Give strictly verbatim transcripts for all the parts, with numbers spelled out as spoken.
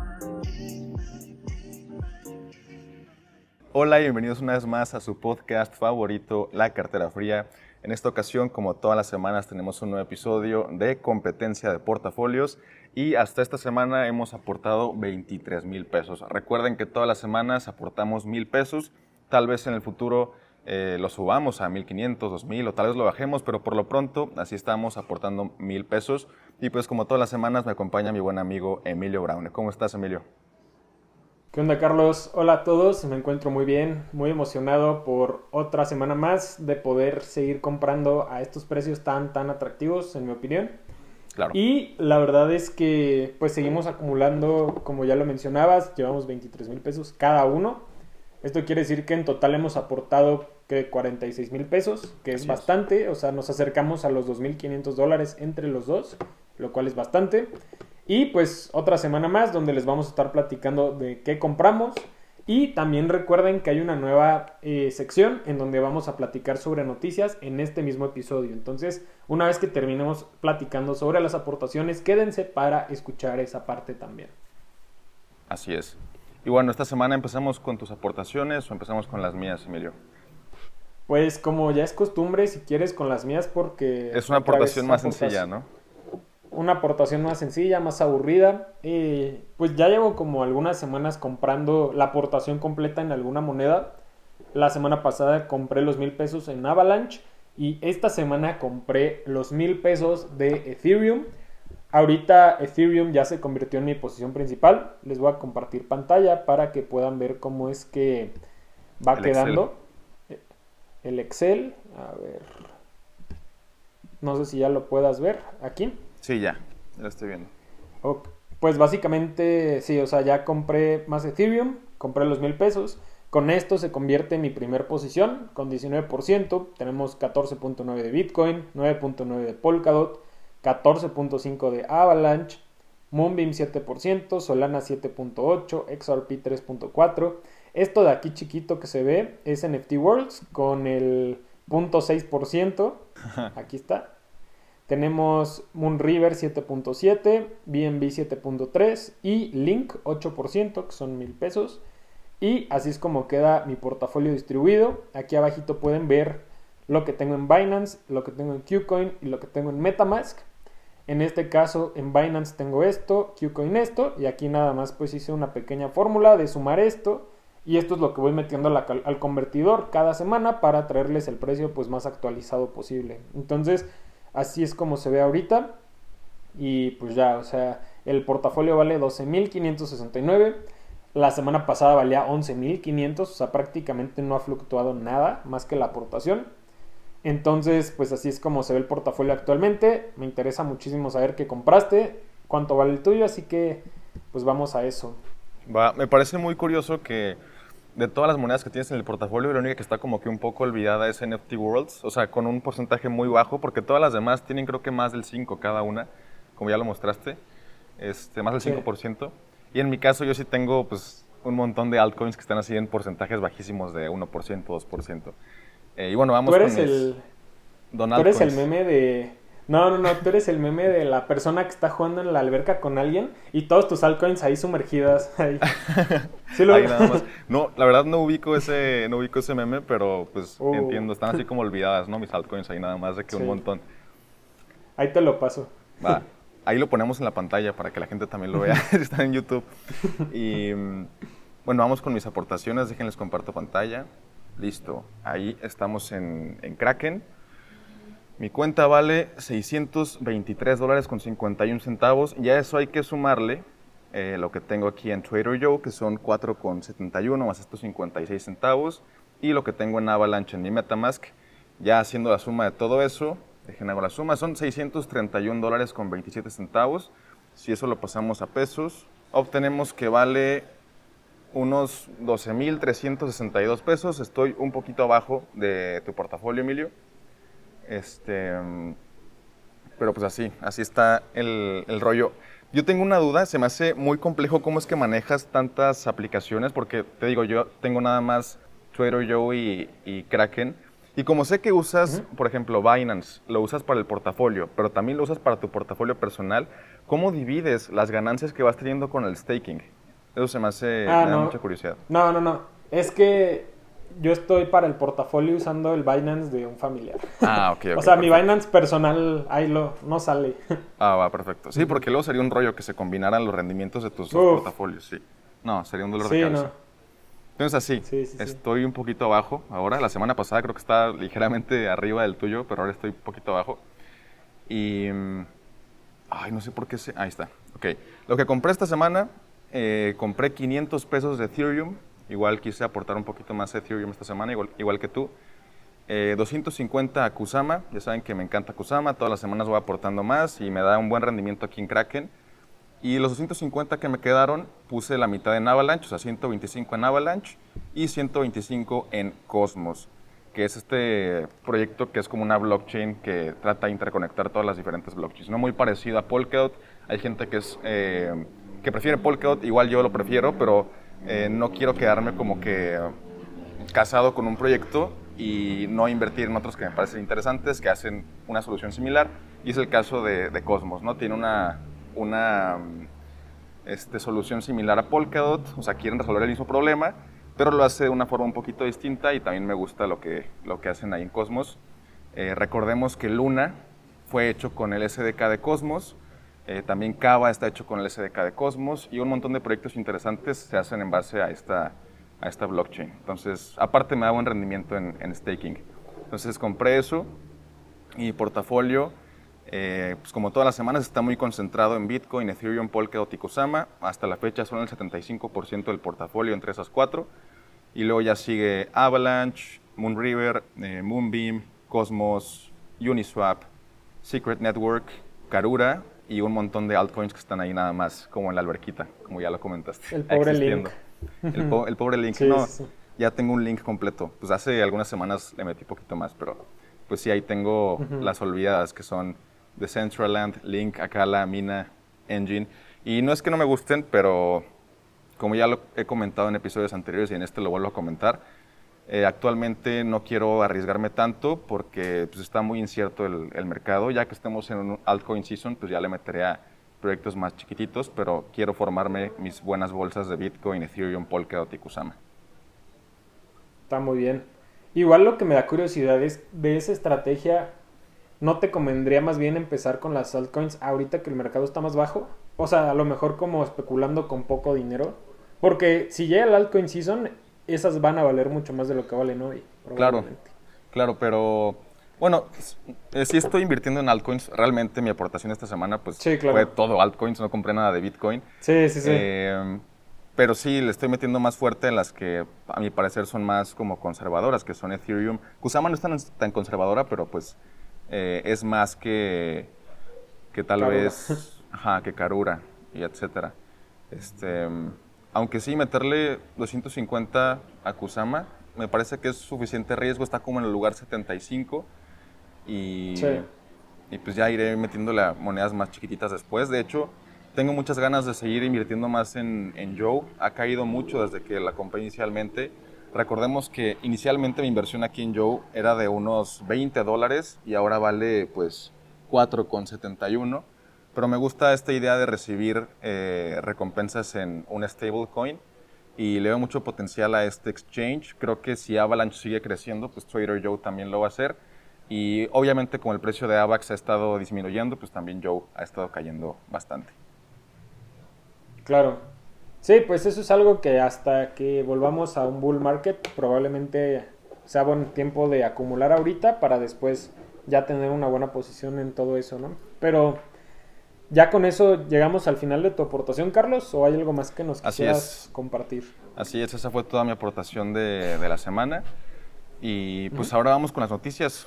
Hola y bienvenidos una vez más a su podcast favorito, La Cartera Fría. En esta ocasión, como todas las semanas, tenemos un nuevo episodio de competencia de portafolios y hasta esta semana hemos aportado veintitrés mil pesos. Recuerden que todas las semanas aportamos mil pesos, tal vez en el futuro eh, lo subamos a mil quinientos, dos mil o tal vez lo bajemos, pero por lo pronto así estamos aportando mil pesos. Y pues como todas las semanas me acompaña mi buen amigo Emilio Braune. ¿Cómo estás, Emilio? ¿Qué onda, Carlos? Hola a todos, me encuentro muy bien, muy emocionado por otra semana más de poder seguir comprando a estos precios tan, tan atractivos, en mi opinión. Claro. Y la verdad es que pues seguimos acumulando, como ya lo mencionabas, llevamos veintitrés mil pesos cada uno. Esto quiere decir que en total hemos aportado que cuarenta y seis mil pesos, que es Así es. bastante, o sea, nos acercamos a los dos mil quinientos dólares entre los dos, lo cual es bastante. Y pues otra semana más donde les vamos a estar platicando de qué compramos. Y también recuerden que hay una nueva eh, sección en donde vamos a platicar sobre noticias en este mismo episodio. Entonces, una vez que terminemos platicando sobre las aportaciones, quédense para escuchar esa parte también. Así es. Y bueno, esta semana empezamos con tus aportaciones o empezamos con las mías, Emilio. Pues como ya es costumbre, si quieres con las mías porque... Es una otra vez aportación más aportas- sencilla, ¿no? Una aportación más sencilla, más aburrida. Y pues ya llevo como algunas semanas comprando la aportación completa en alguna moneda. La semana pasada compré los mil pesos en Avalanche y esta semana compré los mil pesos de Ethereum. Ahorita Ethereum ya se convirtió en mi posición principal. Les voy a compartir pantalla para que puedan ver cómo es que va El quedando el Excel. A ver. No sé si ya lo puedas ver aquí. Sí, ya, ya lo estoy viendo. Ok. Pues básicamente, sí, o sea, ya compré más Ethereum, compré los mil pesos. Con esto se convierte en mi primer posición, con diecinueve por ciento. Tenemos catorce punto nueve de Bitcoin, nueve punto nueve de Polkadot, catorce punto cinco de Avalanche, Moonbeam siete por ciento, Solana siete punto ocho, X R P tres punto cuatro. Esto de aquí chiquito que se ve es N F T Worlds con el cero punto seis por ciento. Aquí está. Tenemos Moonriver siete punto siete, B N B siete punto tres y Link ocho por ciento, que son mil pesos. Y así es como queda mi portafolio distribuido. Aquí abajito pueden ver lo que tengo en Binance, lo que tengo en KuCoin y lo que tengo en MetaMask. En este caso en Binance tengo esto, KuCoin esto, y aquí nada más pues hice una pequeña fórmula de sumar esto. Y esto es lo que voy metiendo la, al convertidor cada semana para traerles el precio pues más actualizado posible. Entonces así es como se ve ahorita. Y pues ya, o sea, el portafolio vale doce mil quinientos sesenta y nueve. La semana pasada valía once mil quinientos, o sea, prácticamente no ha fluctuado nada más que la aportación. Entonces, pues así es como se ve el portafolio actualmente. Me interesa muchísimo saber qué compraste, cuánto vale el tuyo, así que pues vamos a eso. Va, me parece muy curioso que de todas las monedas que tienes en el portafolio, la única que está como que un poco olvidada es N F T Worlds, o sea, con un porcentaje muy bajo, porque todas las demás tienen creo que más del cinco cada una, como ya lo mostraste, este, más del Sí. cinco por ciento. Y en mi caso yo sí tengo pues un montón de altcoins que están así en porcentajes bajísimos de uno por ciento, dos por ciento. Eh, y bueno, vamos Tú eres con mis el, don tú eres el altcoins. meme de... No, no, no, tú eres el meme de la persona que está jugando en la alberca con alguien y todos tus altcoins ahí sumergidas. Ahí. Sí lo... Ahí nada más. No, la verdad no ubico ese, no ubico ese meme, pero pues Uh, entiendo, están así como olvidadas, ¿no? Mis altcoins ahí nada más de que un sí. montón. Ahí te lo paso. Va, ahí lo ponemos en la pantalla para que la gente también lo vea si están en YouTube. Y mm, bueno, vamos con mis aportaciones, déjenles comparto pantalla. Listo, ahí estamos en, en Kraken. Mi cuenta vale seiscientos veintitrés dólares con cincuenta y un centavos. Y a eso hay que sumarle eh, lo que tengo aquí en Trader Joe, que son cuatro con setenta y uno más estos cincuenta y seis centavos. Y lo que tengo en Avalanche en mi MetaMask. Ya haciendo la suma de todo eso, dejen hago la suma, son seiscientos treinta y un dólares con veintisiete centavos. Si eso lo pasamos a pesos, obtenemos que vale unos doce mil trescientos sesenta y dos pesos. Estoy un poquito abajo de tu portafolio, Emilio. Este, pero pues así, así está el, el rollo. Yo tengo una duda, se me hace muy complejo cómo es que manejas tantas aplicaciones, porque te digo, yo tengo nada más Trader Joe y, y Kraken, Y como sé que usas, Ujú. por ejemplo, Binance, lo usas para el portafolio, pero también lo usas para tu portafolio personal, ¿cómo divides las ganancias que vas teniendo con el staking? Eso se me hace, Ah, me da mucha no. curiosidad. No, no, no. Es que yo estoy para el portafolio usando el Binance de un familiar. Ah, ok, O ok, sea, mi perfecto. Binance personal ahí lo, no sale. Ah, va, perfecto. Sí, Ujú. porque luego sería un rollo que se combinaran los rendimientos de tus dos Uf, portafolios, sí. No, sería un dolor de sí, cabeza. no. Entonces así, Sí, sí, sí. estoy un poquito abajo ahora. La semana pasada creo que estaba ligeramente arriba del tuyo, pero ahora estoy un poquito abajo. Y... mm, ay, no sé por qué se... Ahí está. Ok. Lo que compré esta semana, eh, compré quinientos pesos de Ethereum. Igual quise aportar un poquito más de Ethereum esta semana, igual, igual que tú. Eh, doscientos cincuenta a Kusama. Ya saben que me encanta Kusama. Todas las semanas voy aportando más y me da un buen rendimiento aquí en Kraken. Y los doscientos cincuenta que me quedaron, puse la mitad en Avalanche, o sea, ciento veinticinco en Avalanche y ciento veinticinco en Cosmos, que es este proyecto que es como una blockchain que trata de interconectar todas las diferentes blockchains. No muy parecido a Polkadot. Hay gente que, es, eh, que prefiere Polkadot, igual yo lo prefiero, pero eh, no quiero quedarme como que casado con un proyecto y no invertir en otros que me parecen interesantes, que hacen una solución similar. Y es el caso de, de Cosmos, ¿no? Tiene una, una este, solución similar a Polkadot, o sea, quieren resolver el mismo problema, pero lo hace de una forma un poquito distinta y también me gusta lo que, lo que hacen ahí en Cosmos. Eh, recordemos que Luna fue hecho con el S D K de Cosmos, eh, también Kava está hecho con el S D K de Cosmos y un montón de proyectos interesantes se hacen en base a esta, a esta blockchain. Entonces, aparte me da buen rendimiento en, en staking. Entonces compré eso y portafolio, eh, pues como todas las semanas, está muy concentrado en Bitcoin, Ethereum, Polkadot y Kusama. Hasta la fecha son el setenta y cinco por ciento del portafolio entre esas cuatro. Y luego ya sigue Avalanche, Moonriver, eh, Moonbeam, Cosmos, Uniswap, Secret Network, Karura y un montón de altcoins que están ahí nada más, como en la alberquita, como ya lo comentaste, El pobre Link. existiendo. El, po el pobre Link, Sí, no, sí, sí. ya tengo un link completo. Pues hace algunas semanas le metí poquito más, pero pues sí, ahí tengo Ujú. las olvidadas que son Decentraland, Link, Akala, Mina, Engine. Y no es que no me gusten, pero como ya lo he comentado en episodios anteriores y en este lo vuelvo a comentar, eh, actualmente no quiero arriesgarme tanto porque pues, está muy incierto el, el mercado. Ya que estemos en un altcoin season, pues ya le meteré a proyectos más chiquititos, pero quiero formarme mis buenas bolsas de Bitcoin, Ethereum, Polkadot y Kusama. Está muy bien. Igual lo que me da curiosidad es de esa estrategia, ¿no te convendría más bien empezar con las altcoins ahorita que el mercado está más bajo? O sea, a lo mejor como especulando con poco dinero. Porque si llega el altcoin season, esas van a valer mucho más de lo que valen hoy, Claro, probablemente. claro, pero bueno, s- eh, sí estoy invirtiendo en altcoins. Realmente mi aportación esta semana pues Sí, fue claro. todo altcoins, no compré nada de Bitcoin. Sí, sí, sí. Eh, pero sí, le estoy metiendo más fuerte en las que a mi parecer son más como conservadoras, que son Ethereum. Kusama no es tan, tan conservadora, pero pues eh, es más que, que tal Karura. vez, ajá, que Karura y etcétera. Este, aunque sí, meterle doscientos cincuenta a Kusama me parece que es suficiente riesgo, está como en el lugar setenta y cinco Sí. y, y pues ya iré metiéndole a monedas más chiquititas después. De hecho, tengo muchas ganas de seguir invirtiendo más en, en Joe. Ha caído mucho desde que la compré inicialmente. Recordemos que inicialmente mi inversión aquí en Joe era de unos veinte dólares y ahora vale pues cuatro con setenta y uno. Pero me gusta esta idea de recibir eh, recompensas en un stablecoin y le veo mucho potencial a este exchange. Creo que si Avalanche sigue creciendo, pues Trader Joe también lo va a hacer. Y obviamente como el precio de AVAX ha estado disminuyendo, pues también Joe ha estado cayendo bastante. Claro. Sí, pues eso es algo que hasta que volvamos a un bull market probablemente sea buen tiempo de acumular ahorita para después ya tener una buena posición en todo eso, ¿no? Pero ya con eso llegamos al final de tu aportación, Carlos, ¿o hay algo más que nos Así quisieras es, compartir? así es, esa fue toda mi aportación de, de la semana. Y pues Ujú. ahora vamos con las noticias.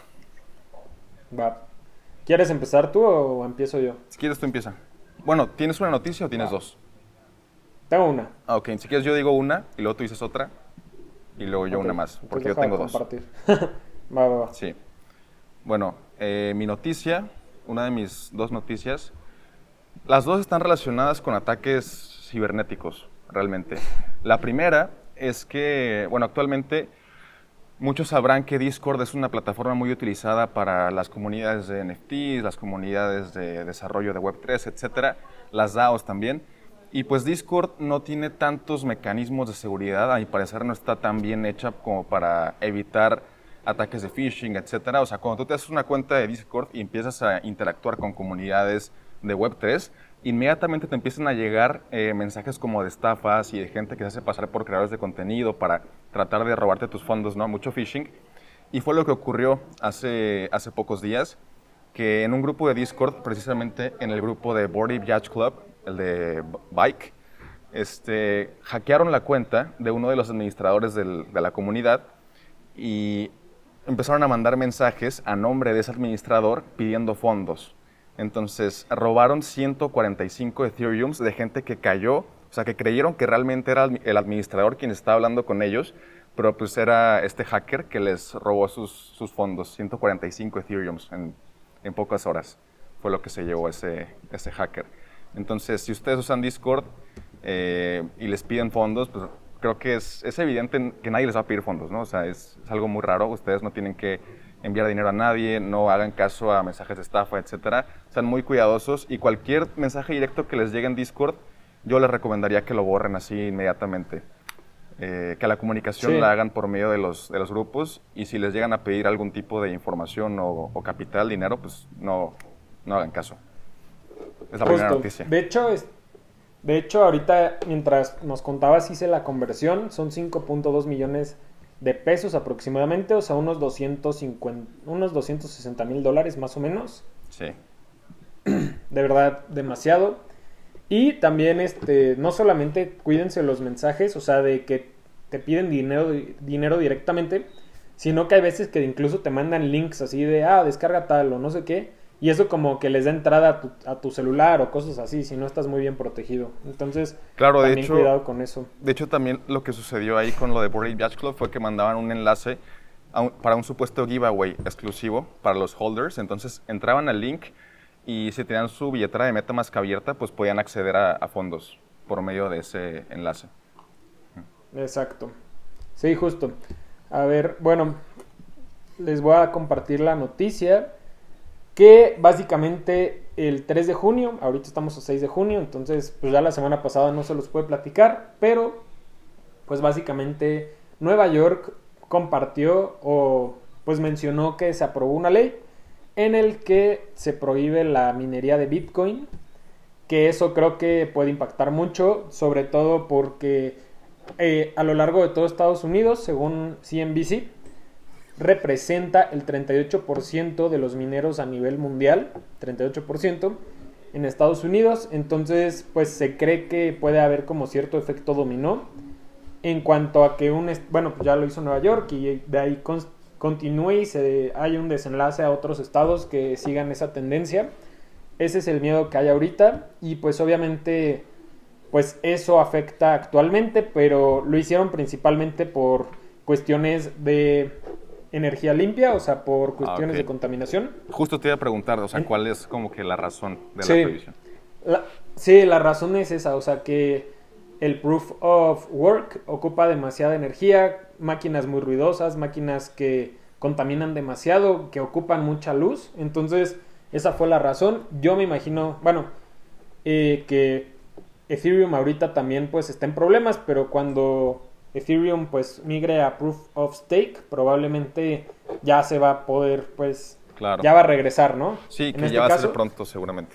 Va. ¿Quieres empezar tú o empiezo yo? Si quieres tú empieza. Bueno, ¿tienes una noticia o tienes Va. dos? Tengo una. Ah, ok, si quieres yo digo una y luego tú dices otra y luego yo Ok, una más, entonces porque yo deja tengo dos. compartir. Va, va, va. Sí. Bueno, eh, mi noticia, una de mis dos noticias, las dos están relacionadas con ataques cibernéticos, realmente. La primera es que, bueno, actualmente Muchos sabrán que Discord es una plataforma muy utilizada para las comunidades de N F Ts, las comunidades de desarrollo de web tres, etcétera, las DAOs también. Y pues Discord no tiene tantos mecanismos de seguridad, a mi parecer no está tan bien hecha como para evitar ataques de phishing, etcétera. O sea, cuando tú te haces una cuenta de Discord y empiezas a interactuar con comunidades de web tres, inmediatamente te empiezan a llegar eh, mensajes como de estafas y de gente que se hace pasar por creadores de contenido para tratar de robarte tus fondos, ¿no? Mucho phishing. Y fue lo que ocurrió hace, hace pocos días, que en un grupo de Discord, precisamente en el grupo de Bored Ape Yacht Club, el de Bike, este, hackearon la cuenta de uno de los administradores del, de la comunidad y empezaron a mandar mensajes a nombre de ese administrador pidiendo fondos. Entonces, robaron ciento cuarenta y cinco Ethereums de gente que cayó, o sea, que creyeron que realmente era el administrador quien estaba hablando con ellos, pero pues era este hacker que les robó sus, sus fondos, ciento cuarenta y cinco Ethereums en, en pocas horas. Fue lo que se llevó ese, ese hacker. Entonces, si ustedes usan Discord eh, y les piden fondos, pues creo que es, es evidente que nadie les va a pedir fondos, ¿no? O sea, es, es algo muy raro. Ustedes no tienen que enviar dinero a nadie, no hagan caso a mensajes de estafa, etcétera. Sean muy cuidadosos y cualquier mensaje directo que les llegue en Discord, yo les recomendaría que lo borren así inmediatamente. Eh, que la comunicación sí. la hagan por medio de los, de los grupos y si les llegan a pedir algún tipo de información o, o capital, dinero, pues no, no hagan caso. Es la Justo. primera noticia. De hecho, es, de hecho, ahorita mientras nos contabas hice la conversión, son cinco punto dos millones de pesos aproximadamente, o sea, unos doscientos cincuenta, unos doscientos sesenta mil dólares más o menos. Sí. De verdad, demasiado. Y también, este, no solamente cuídense los mensajes, o sea, de que te piden dinero, dinero directamente, sino que hay veces que incluso te mandan links así de, ah, descarga tal o no sé qué, y eso como que les da entrada a tu, a tu celular o cosas así, si no estás muy bien protegido. Entonces, claro, también de hecho, cuidado con eso. De hecho, también lo que sucedió ahí con lo de Bored Ape Yacht Club fue que mandaban un enlace a un, para un supuesto giveaway exclusivo para los holders. Entonces, entraban al link y si tenían su billetera de MetaMask abierta, pues podían acceder a, a fondos por medio de ese enlace. Exacto. Sí, justo. A ver, bueno, les voy a compartir la noticia que básicamente el tres de junio, ahorita estamos a seis de junio, entonces pues ya la semana pasada no se los puede platicar, pero pues básicamente Nueva York compartió o pues mencionó que se aprobó una ley en el que se prohíbe la minería de Bitcoin, que eso creo que puede impactar mucho, sobre todo porque eh, a lo largo de todo Estados Unidos, según C N B C, representa el treinta y ocho por ciento de los mineros a nivel mundial, treinta y ocho por ciento en Estados Unidos, entonces pues se cree que puede haber como cierto efecto dominó en cuanto a que un, bueno, pues ya lo hizo Nueva York y de ahí const continúe y se hay un desenlace a otros estados que sigan esa tendencia. Ese es el miedo que hay ahorita y pues obviamente pues eso afecta actualmente, pero lo hicieron principalmente por cuestiones de energía limpia, o sea, por cuestiones ah, okay. de contaminación. Justo te iba a preguntar, o sea, ¿cuál es como que la razón de sí, la prohibición? La, sí, la razón es esa, o sea, que el Proof of Work ocupa demasiada energía, máquinas muy ruidosas, máquinas que contaminan demasiado, que ocupan mucha luz. Entonces, esa fue la razón. Yo me imagino, bueno, eh, que Ethereum ahorita también pues está en problemas, pero cuando Ethereum pues migre a Proof of Stake, probablemente ya se va a poder, pues, claro. ya va a regresar, ¿no? Sí, que en ya este va caso, a ser pronto seguramente.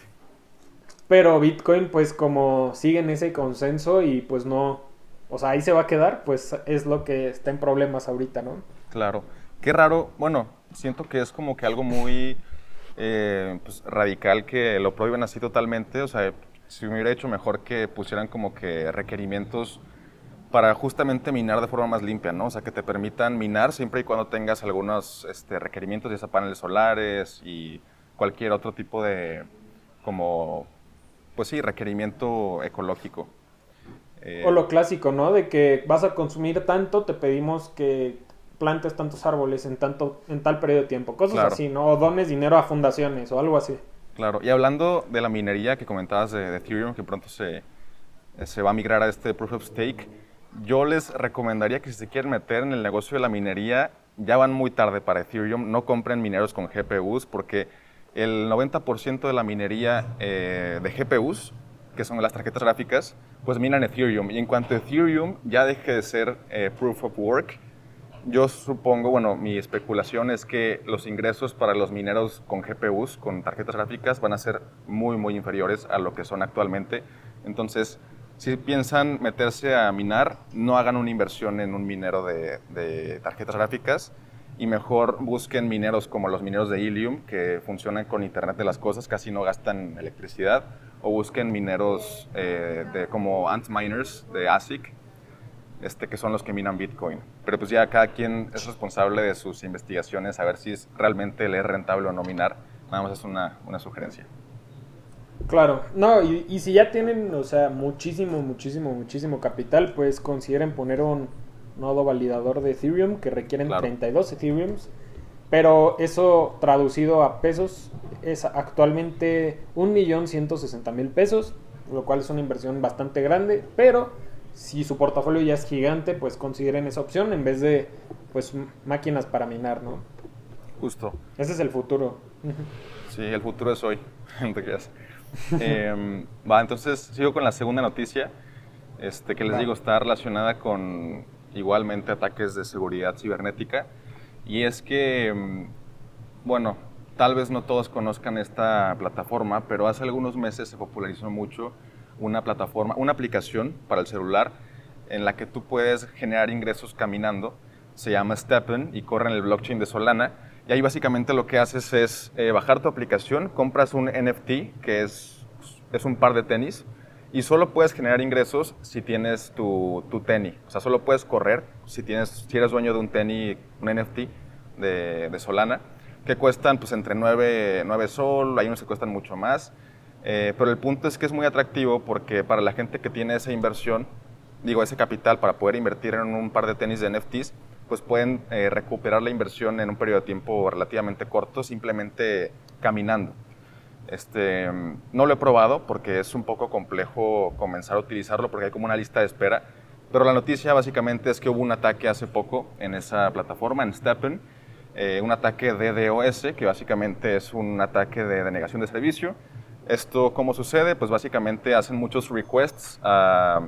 Pero Bitcoin, pues como sigue en ese consenso y pues no, o sea, ahí se va a quedar, pues es lo que está en problemas ahorita, ¿no? Claro. Qué raro, bueno, siento que es como que algo muy eh, pues, radical que lo prohíben así totalmente, o sea, si me hubiera hecho mejor que pusieran como que requerimientos para justamente minar de forma más limpia, ¿no? O sea, que te permitan minar siempre y cuando tengas algunos este, requerimientos, ya sea paneles solares y cualquier otro tipo de, como... pues sí, requerimiento ecológico. Eh, o lo clásico, ¿no? De que vas a consumir tanto, te pedimos que plantes tantos árboles en tanto en tal periodo de tiempo. Cosas claro. así, ¿no? O dones dinero a fundaciones o algo así. Claro. Y hablando de la minería que comentabas de, de Ethereum, que pronto se, se va a migrar a este Proof of Stake, yo les recomendaría que si se quieren meter en el negocio de la minería, ya van muy tarde para Ethereum. No compren mineros con G P Us porque el noventa por ciento de la minería eh, de G P Us, que son las tarjetas gráficas, pues minan Ethereum. Y en cuanto Ethereum ya deje de ser eh, Proof of Work, yo supongo, bueno, mi especulación es que los ingresos para los mineros con G P Us, con tarjetas gráficas, van a ser muy, muy inferiores a lo que son actualmente. Entonces, si piensan meterse a minar, no hagan una inversión en un minero de, de tarjetas gráficas y mejor busquen mineros como los mineros de Helium, que funcionan con Internet de las Cosas, casi no gastan electricidad, o busquen mineros eh, de, como Antminers de A S I C, este, que son los que minan Bitcoin. Pero pues ya cada quien es responsable de sus investigaciones, a ver si es, realmente le es rentable o no minar. Nada más es una, una sugerencia. Claro, no, y, y si ya tienen, o sea, muchísimo, muchísimo, muchísimo capital, pues consideren poner un nodo validador de Ethereum que requieren Claro. treinta y dos Ethereums, pero eso traducido a pesos es actualmente un millón ciento sesenta mil pesos, lo cual es una inversión bastante grande, pero si su portafolio ya es gigante, pues consideren esa opción en vez de, pues, máquinas para minar, ¿no? Justo. Ese es el futuro. Sí, el futuro es hoy. No te creas. Eh, va, entonces sigo con la segunda noticia, este, que les Va. digo, está relacionada con igualmente ataques de seguridad cibernética. Y es que, mm, bueno, tal vez no todos conozcan esta plataforma, pero hace algunos meses se popularizó mucho una plataforma, una aplicación para el celular en la que tú puedes generar ingresos caminando. Se llama Stepn y corre en el blockchain de Solana. Y ahí básicamente lo que haces es eh, bajar tu aplicación, compras un N F T, que es, es un par de tenis, y solo puedes generar ingresos si tienes tu, tu tenis. O sea, solo puedes correr si, tienes, si eres dueño de un tenis, un N F T de, de Solana, que cuestan pues entre nueve sol, hay unos que cuestan mucho más. Eh, pero el punto es que es muy atractivo porque para la gente que tiene esa inversión, digo, ese capital para poder invertir en un par de tenis de N F Ts, pues pueden eh, recuperar la inversión en un periodo de tiempo relativamente corto, simplemente caminando. Este, no lo he probado porque es un poco complejo comenzar a utilizarlo porque hay como una lista de espera, pero la noticia básicamente es que hubo un ataque hace poco en esa plataforma, en Stepn, eh, un ataque de DDoS, que básicamente es un ataque de denegación de servicio. Esto, ¿cómo sucede? Pues básicamente hacen muchos requests a...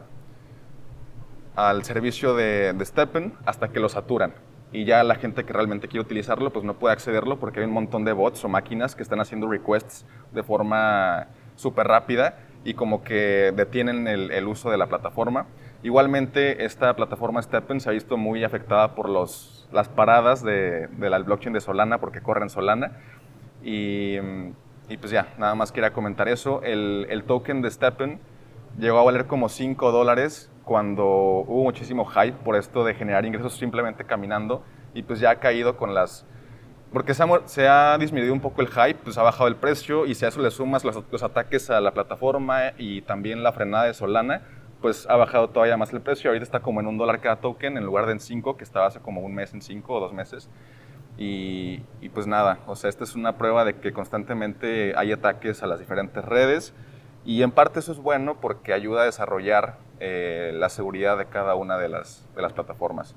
al servicio de, de Stepn hasta que lo saturan. Y ya la gente que realmente quiere utilizarlo pues no puede accederlo porque hay un montón de bots o máquinas que están haciendo requests de forma súper rápida y como que detienen el, el uso de la plataforma. Igualmente esta plataforma Stepn se ha visto muy afectada por los, las paradas de, de la blockchain de Solana porque corre en Solana. Y, y pues ya, nada más quería comentar eso. El, el token de Stepn llegó a valer como cinco dólares cuando hubo muchísimo hype por esto de generar ingresos simplemente caminando y pues ya ha caído con las... Porque se ha, se ha disminuido un poco el hype, pues ha bajado el precio y si a eso le sumas los, los ataques a la plataforma y también la frenada de Solana, pues ha bajado todavía más el precio. Ahorita está como en un dólar cada token en lugar de en cinco, que estaba hace como un mes en cinco o dos meses. Y, y pues nada, o sea, esta es una prueba de que constantemente hay ataques a las diferentes redes. Y en parte eso es bueno porque ayuda a desarrollar eh, la seguridad de cada una de las, de las plataformas.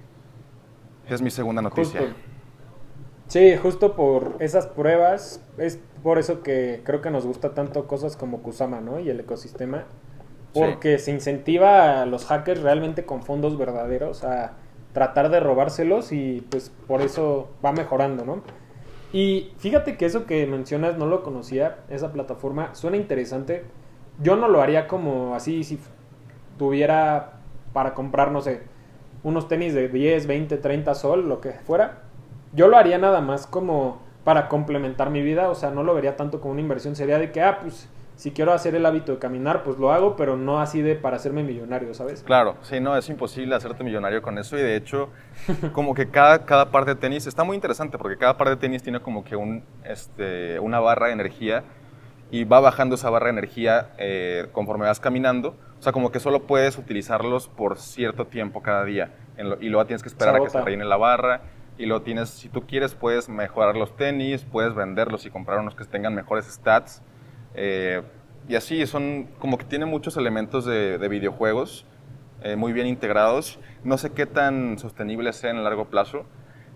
Es mi segunda noticia. Justo. Sí, justo por esas pruebas, es por eso que creo que nos gusta tanto cosas como Kusama, ¿no? Y el ecosistema, porque sí. Se incentiva a los hackers realmente con fondos verdaderos a tratar de robárselos y pues por eso va mejorando, ¿no? Y fíjate que eso que mencionas no lo conocía, esa plataforma, suena interesante. Yo no lo haría como así si tuviera para comprar, no sé, unos tenis de diez, veinte, treinta sol, lo que fuera. Yo lo haría nada más como para complementar mi vida, o sea, no lo vería tanto como una inversión. Sería de que, ah, pues, si quiero hacer el hábito de caminar, pues lo hago, pero no así de para hacerme millonario, ¿sabes? Claro, sí, no, es imposible hacerte millonario con eso y de hecho, como que cada, cada par de tenis, está muy interesante porque cada par de tenis tiene como que un, este, una barra de energía y va bajando esa barra de energía eh, conforme vas caminando. O sea, como que solo puedes utilizarlos por cierto tiempo cada día en lo, y luego tienes que esperar a que se rellene la barra y luego tienes, si tú quieres, puedes mejorar los tenis, puedes venderlos y comprar unos que tengan mejores stats. Eh, y así, son como que tiene muchos elementos de, de videojuegos eh, muy bien integrados. No sé qué tan sostenibles sean a largo plazo,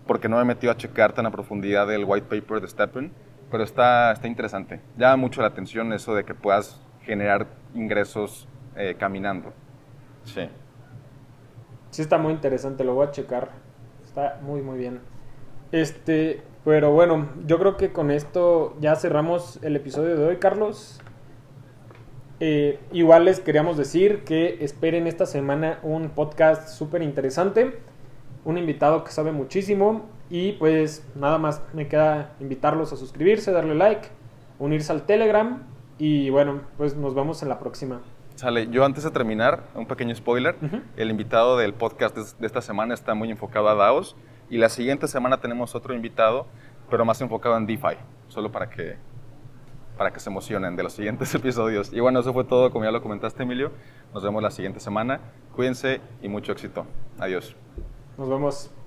porque no me he metido a checar tan a profundidad el white paper de STEPN, pero está, está interesante. Llama mucho la atención eso de que puedas generar ingresos eh, caminando. Sí. Sí está muy interesante, lo voy a checar. Está muy, muy bien. Este, pero bueno, yo creo que con esto ya cerramos el episodio de hoy, Carlos. Eh, igual les queríamos decir que esperen esta semana un podcast súper interesante, un invitado que sabe muchísimo y pues nada más me queda invitarlos a suscribirse, darle like, unirse al Telegram y bueno, pues nos vemos en la próxima. Sale, yo antes de terminar, un pequeño spoiler, uh-huh. El invitado del podcast de esta semana está muy enfocado a DAOs y la siguiente semana tenemos otro invitado, pero más enfocado en DeFi, solo para que, para que se emocionen de los siguientes episodios. Y bueno, eso fue todo, como ya lo comentaste, Emilio. Nos vemos la siguiente semana. Cuídense y mucho éxito. Adiós. Nos vemos.